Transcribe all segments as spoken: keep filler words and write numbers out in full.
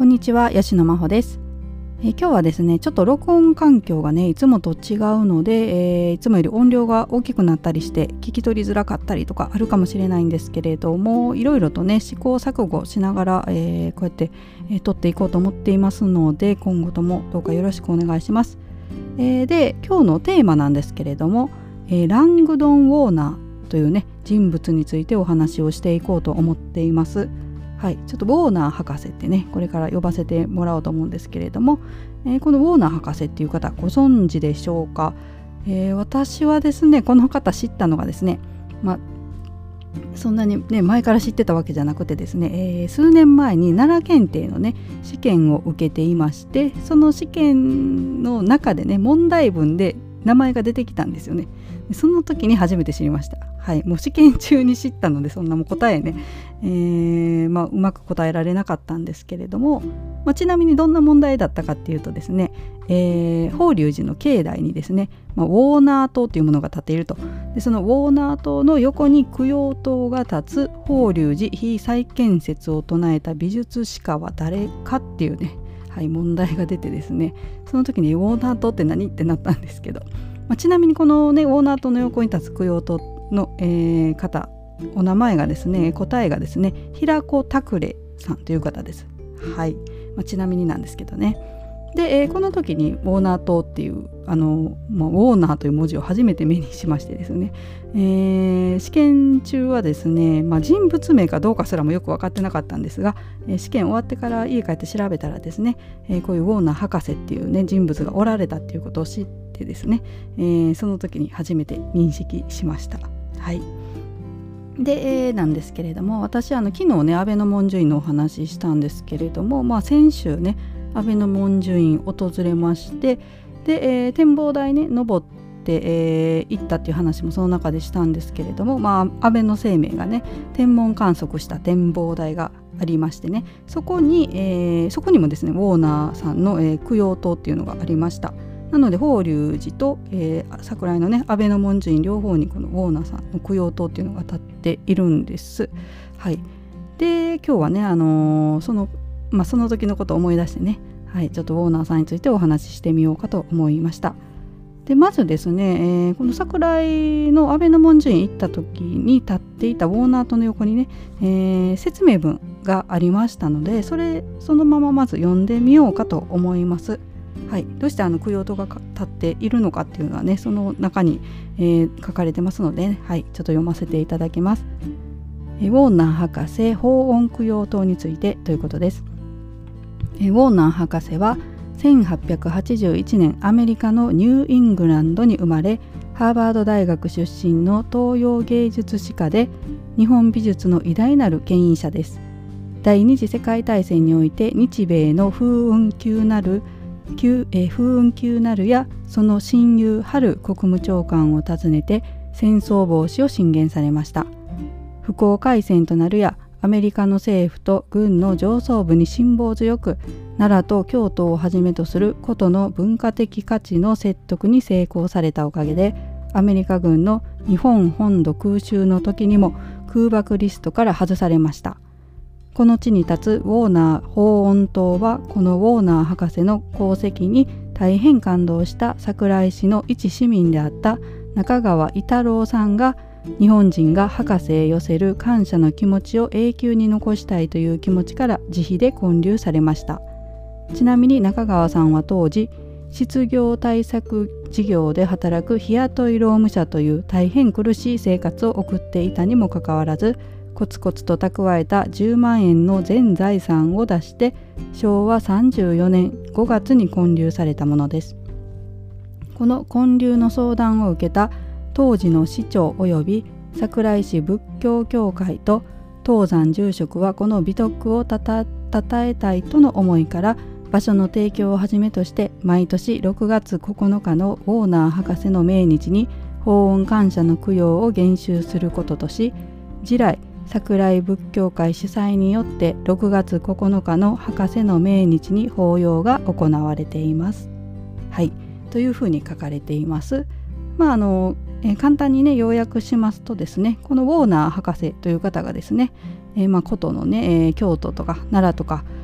こんにちは、吉野真帆です。えー、今日はですね、ちょっと録音環境がねいつもと違うので、えー、いつもより音量が大きくなったりして聞き取りづらかったりとかあるかもしれないんですけれども、いろいろとね試行錯誤しながら、えー、こうやって、えー、撮っていこうと思っていますので、今後ともどうかよろしくお願いします。えー、で今日のテーマなんですけれども、えー、ラングドン・ウォーナーというね人物についてお話をしていこうと思っています。はい、ちょっとウォーナー博士ってねこれから呼ばせてもらおうと思うんですけれども、えー、このウォーナー博士っていう方ご存知でしょうか。えー、私はですねこの方知ったのがですね、まあそんなにね前から知ってたわけじゃなくてですね、えー、数年前に奈良検定のね試験を受けていまして、その試験の中でね問題文で名前が出てきたんですよね。その時に初めて知りました。はい、もう試験中に知ったので、そんなもう答えね、えーまあ、うまく答えられなかったんですけれども、まあ、ちなみにどんな問題だったかっていうとですね、えー、法隆寺の境内にですね、まあ、ウォーナー塔というものが建っていると。でそのウォーナー塔の横に供養塔が立つ法隆寺非再建設を唱えた美術史家は誰かっていうね、はい、問題が出てですね、その時にウォーナー塔って何ってなったんですけど、まあ、ちなみにこのねウォーナー塔の横に立つ供養塔の、えー、方、お名前がですね答えがですね平子拓礼さんという方です。はい、まあ、ちなみになんですけどね。で、えー、この時にウォーナー塔っていうあの、まあ、ウォーナーという文字を初めて目にしましてですね、えー、試験中はですね、まあ、人物名かどうかすらもよく分かってなかったんですが、えー、試験終わってから家帰って調べたらですね、えー、こういうウォーナー博士っていうね人物がおられたっていうことを知ってですね、えー、その時に初めて認識しました。はい。で、えー、なんですけれども、私あの昨日ね安倍の文殊院のお話ししたんですけれども、まあ、先週ね安倍の文殊院訪れまして、で、えー、展望台ね登って、えー、行ったっていう話もその中でしたんですけれども、まあ、安倍の生命がね天文観測した展望台がありましてね、そこに、えー、そこにもですねウォーナーさんの、えー、供養塔っていうのがありました。なので法隆寺と、えー、桜井のね安倍の文殊院両方にこのウォーナーさんの供養塔っていうのが立っているんです。はい。で今日はね、あのー、そのまあ、その時のことを思い出してね、はい、ちょっとウォーナーさんについてお話ししてみようかと思いました。でまずですね、えー、この桜井の安倍の文殊院行った時に立っていたウォーナー塔の横にね、えー、説明文がありましたので、それそのまままず読んでみようかと思います。はい、どうしてあの供養塔が立っているのかっていうのはねその中に、えー、書かれてますので、ね、はい、ちょっと読ませていただきます。えー、ウォーナー博士法恩供養塔についてということです。えー、ウォーナー博士はせんはっぴゃくはちじゅういちねんアメリカのニューイングランドに生まれ、ハーバード大学出身の東洋芸術史家で日本美術の偉大なる牽引者です。第二次世界大戦において日米の風雲急なる風雲急なるやその親友ハル国務長官を訪ねて戦争防止を進言されました。不幸開戦となるやアメリカの政府と軍の上層部に辛抱強く、奈良と京都をはじめとすることの文化的価値の説得に成功されたおかげで、アメリカ軍の日本本土空襲の時にも空爆リストから外されました。この地に立つウォーナー法恩塔はこのウォーナー博士の功績に大変感動した桜井市の一市民であった中川伊太郎さんが、日本人が博士へ寄せる感謝の気持ちを永久に残したいという気持ちから自費で建立されました。ちなみに中川さんは当時失業対策事業で働く日雇い労務者という大変苦しい生活を送っていたにもかかわらず、コツコツと蓄えたじゅうまんえんの全財産を出してしょうわさんじゅうよねんごがつに建立されたものです。この建立の相談を受けた当時の市長及び桜井市仏教協会と東山住職はこの美徳をたたえたいとの思いから場所の提供をはじめとして毎年ろくがつここのかのウォーナー博士の命日に法恩感謝の供養を厳修することとし、次来桜井仏教会主催によってろくがつここのかの博士の命日に法要が行われています。はい、というふうに書かれています。まああのえー、簡単にね要約しますとですね、このウォーナー博士という方がですね、えー、まあ古都のね、えー、京都とか奈良とか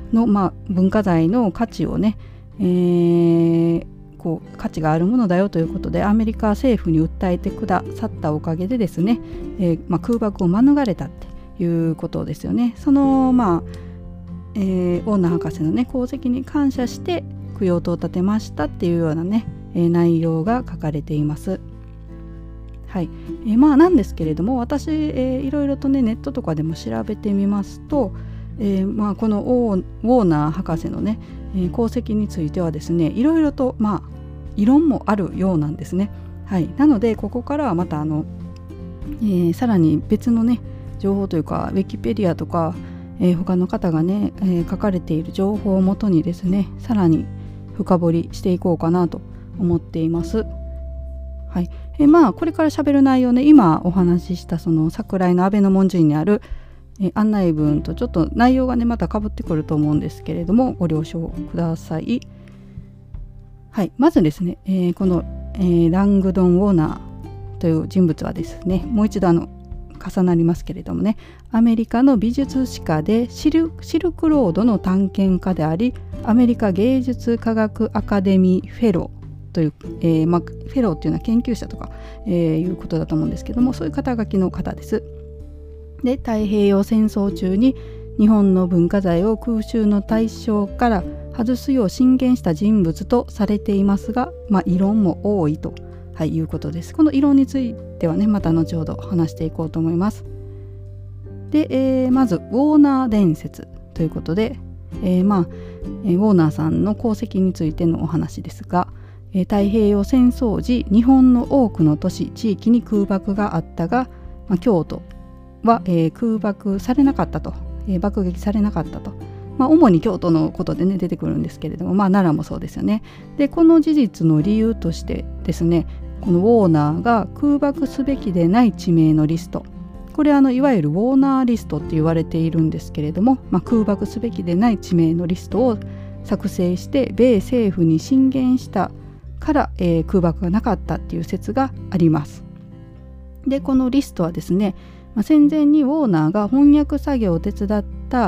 の、まあ、文化財の価値をね、えー、こう価値があるものだよということでアメリカ政府に訴えてくださったおかげでですね、えーまあ、空爆を免れたっていうことですよね。その、まあえー、オーナー博士のね功績に感謝して供養塔を建てましたっていうようなね、えー、内容が書かれています。はい、えー、まあなんですけれども私、えー、いろいろとねネットとかでも調べてみますと、えーまあ、このオー、ウォーナー博士のね、えー、功績についてはですねいろいろとまあ異論もあるようなんですね。はい、なのでここからはまたあの、えー、さらに別のね情報というかウィキペディアとか、えー、他の方がね、えー、書かれている情報をもとにですねさらに深掘りしていこうかなと思っています。はい、えー、まあこれから喋る内容ね今お話ししたその桜井の安倍の門寺院にある、えー、案内文とちょっと内容がねまた被ってくると思うんですけれどもご了承ください。はい、まずですね、えー、この、えー、ラングドン・ウォーナーという人物はですねもう一度あの重なりますけれどもねアメリカの美術史家でシル、シルクロードの探検家でありアメリカ芸術科学アカデミーフェローという、えーまあ、フェローっていうのは研究者とか、えー、いうことだと思うんですけどもそういう肩書きの方です。で太平洋戦争中に日本の文化財を空襲の対象から外すよう進言した人物とされていますが、まあ、異論も多いと、はい、いうことです。この異論についてはねまた後ほど話していこうと思います。で、えー、まずウォーナー伝説ということで、えーまあえー、ウォーナーさんの功績についてのお話ですが、えー、太平洋戦争時日本の多くの都市地域に空爆があったが、まあ、京都は、えー、空爆されなかったと、えー、爆撃されなかったと。まあ、主に京都のことでね出てくるんですけれども、まあ、奈良もそうですよね。でこの事実の理由としてですねこのウォーナーが空爆すべきでない地名のリストこれあのいわゆるウォーナーリストって言われているんですけれども、まあ、空爆すべきでない地名のリストを作成して米政府に進言したから、えー、空爆がなかったっていう説があります。でこのリストはですねまあ、戦前にウォーナーが翻訳作業を手伝った、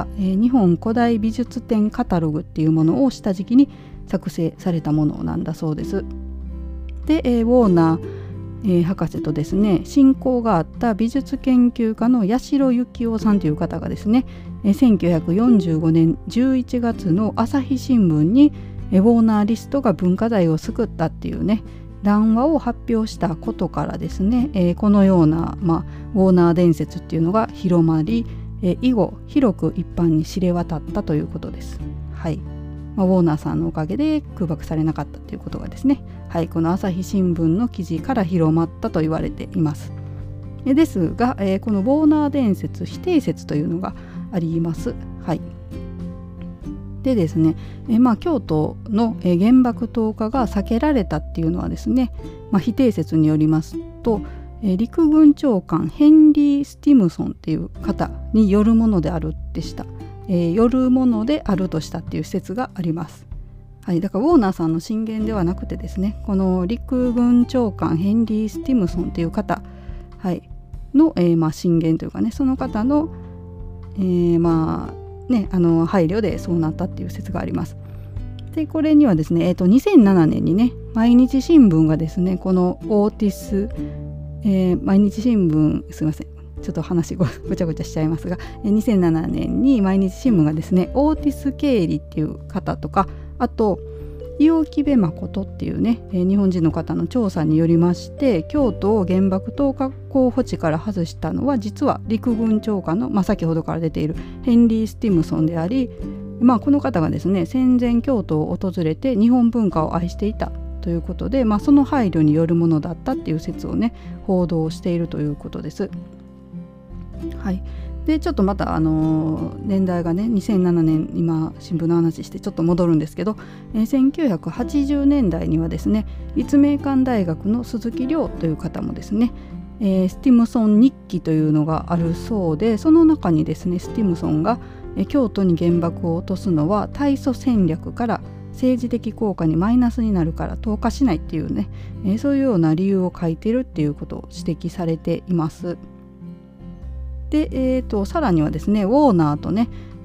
えー、日本古代美術展カタログっていうものを下敷きに作成されたものなんだそうです。で、えー、ウォーナー、えー、博士とですね親交があった美術研究家の八代幸夫さんという方がですね、えー、せんきゅうひゃくよんじゅうごねんじゅういちがつの朝日新聞に、えー、ウォーナーリストが文化財を救ったっていうね談話を発表したことからですね、えー、このような、まあ、ウォーナー伝説っていうのが広まり、えー、以後広く一般に知れ渡ったということです。はい、まあ、ウォーナーさんのおかげで空爆されなかったということがですね、はい、この朝日新聞の記事から広まったと言われています。えー、ですが、えー、このウォーナー伝説否定説というのがあります。はい、でですね、えまあ、京都の原爆投下が避けられたっていうのはですね、まあ、否定説によりますと、え陸軍長官ヘンリー・スティムソンっていう方によるものであるでした、えー、よるものであるとしたっていう説があります。はい、だからウォーナーさんの進言ではなくてですねこの陸軍長官ヘンリー・スティムソンっていう方、はい、の、えーまあ、進言というかねその方の、えー、まあね、あの配慮でそうなったっていう説があります。でこれにはですね、えーと、にせんななねんにね毎日新聞がですねこのオーティス、えー、毎日新聞すいませんちょっと話ごごちゃごちゃしちゃいますがにせんななねんに毎日新聞がですねオーティス・ケイリっていう方とかあと伊尾木部誠っていうね、えー、日本人の方の調査によりまして京都を原爆投下候補地から外したのは実は陸軍長官の、まあ、先ほどから出ているヘンリー・スティムソンであり、まあ、この方がですね戦前京都を訪れて日本文化を愛していたということで、まあ、その配慮によるものだったっていう説をね報道しているということです。はい、でちょっとまた、あのー、年代がねにせんななねん今新聞の話してちょっと戻るんですけど、えー、せんきゅうひゃくはちじゅうねんだいにはですね立命館大学の鈴木亮という方もですね、えー、スティムソン日記というのがあるそうでその中にですねスティムソンが、えー、京都に原爆を落とすのは対ソ戦略から政治的効果にマイナスになるから投下しないっていうね、えー、そういうような理由を書いてるっていうことを指摘されています。で、えー、とさらにはですねウォーナーとね、え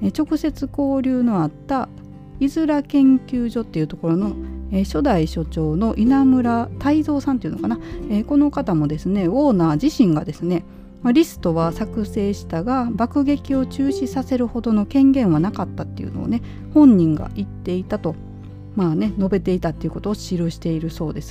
え直接交流のあったいづら研究所っていうところの、えー、初代所長の稲村泰造さんっていうのかな、えー、この方もですねウォーナー自身がですね、まあ、リストは作成したが爆撃を中止させるほどの権限はなかったっていうのをね本人が言っていたと、まあね、述べていたっていうことを記しているそうです。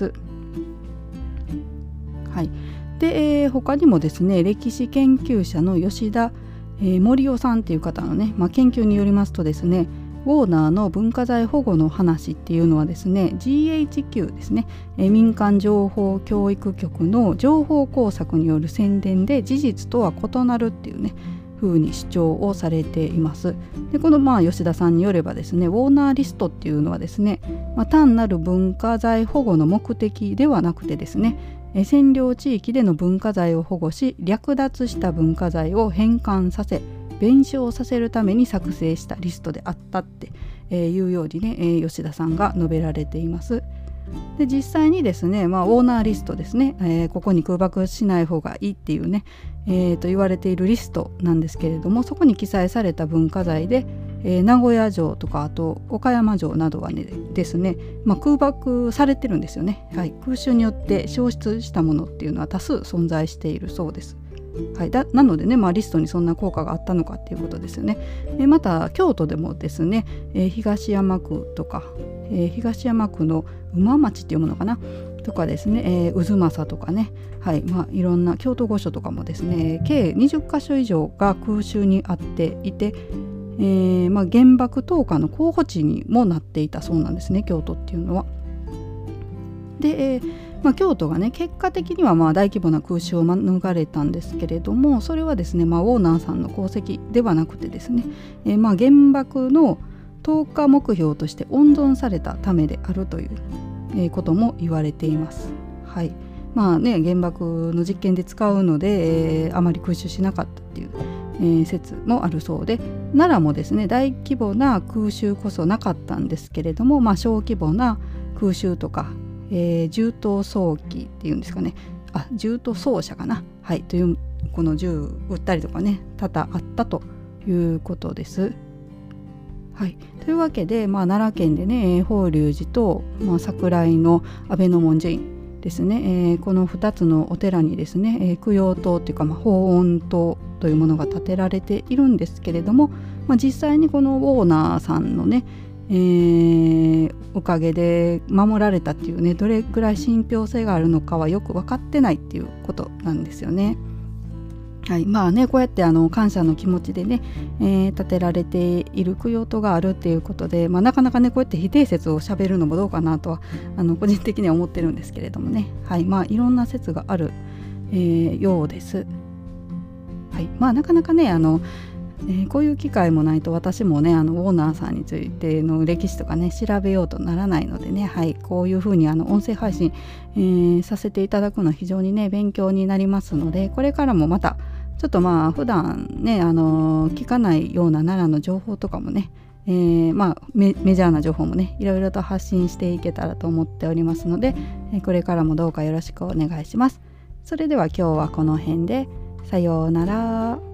はい、で、えー、他にもですね歴史研究者の吉田、えー、森夫さんっていう方のね、まあ、研究によりますとですねウォーナーの文化財保護の話っていうのはですね ジーエイチキュー ですね、えー、民間情報教育局の情報工作による宣伝で事実とは異なるっていうね風に主張をされています。でこのまあ吉田さんによればですねウォーナーリストっていうのはですね、まあ、単なる文化財保護の目的ではなくてですね占領地域での文化財を保護し略奪した文化財を返還させ弁償させるために作成したリストであったっていうようにね吉田さんが述べられています。で実際にですね、まあ、ウォーナーリストですね、えー、ここに空爆しない方がいいっていうね、えー、と言われているリストなんですけれどもそこに記載された文化財で、えー、名古屋城とかあと岡山城などはねですね、まあ、空爆されてるんですよね、はい、空襲によって消失したものっていうのは多数存在しているそうです。はい、だなのでね、まあ、リストにそんな効果があったのかっていうことですよね。えまた京都でもですね、えー、東山区とか、えー、東山区の馬町っていうものかなとかですね、えー、渦政とかね、はいまあ、いろんな京都御所とかもですね計にじゅっかしょ以上が空襲にあっていて、えーまあ、原爆投下の候補地にもなっていたそうなんですね京都っていうのは。で、えーまあ、京都がね結果的にはまあ大規模な空襲を免れたんですけれどもそれはですね、まあ、ウォーナーさんの功績ではなくてですね、えー、まあ原爆の投下目標として温存されたためであるという、えー、ことも言われています。はいまあね、原爆の実験で使うので、えー、あまり空襲しなかったっていう、えー、説もあるそうで奈良もですね大規模な空襲こそなかったんですけれども、まあ、小規模な空襲とかえー、銃刀装機っていうんですかねあ銃刀奏者かなはいというこの銃撃ったりとかね多々あったということです。はい、というわけで、まあ、奈良県でね法隆寺と、まあ、桜井の安倍の門寺院ですね、えー、このふたつのお寺にですね、えー、供養塔というか、まあ、法恩塔というものが建てられているんですけれども、まあ、実際にこのウォーナーさんのねえー、おかげで守られたっていうねどれぐらい信憑性があるのかはよく分かってないっていうことなんですよね。はい、まあねこうやってあの感謝の気持ちでね、えー、建てられている供養塔があるっていうことで、まあ、なかなかねこうやって否定説をしゃべるのもどうかなとはあの個人的には思ってるんですけれどもね、はいまあ、いろんな説がある、えー、ようです。はいまあ、なかなかねあのえー、こういう機会もないと私もねあのウォーナーさんについての歴史とかね調べようとならないのでね、はい、こういうふうにあの音声配信、えー、させていただくのは非常にね勉強になりますのでこれからもまたちょっとまあ普段ねあのー、聞かないような奈良の情報とかもね、えー、まあ メ, メジャーな情報もねいろいろと発信していけたらと思っておりますので、えー、これからもどうかよろしくお願いします。それでは今日はこの辺でさようなら。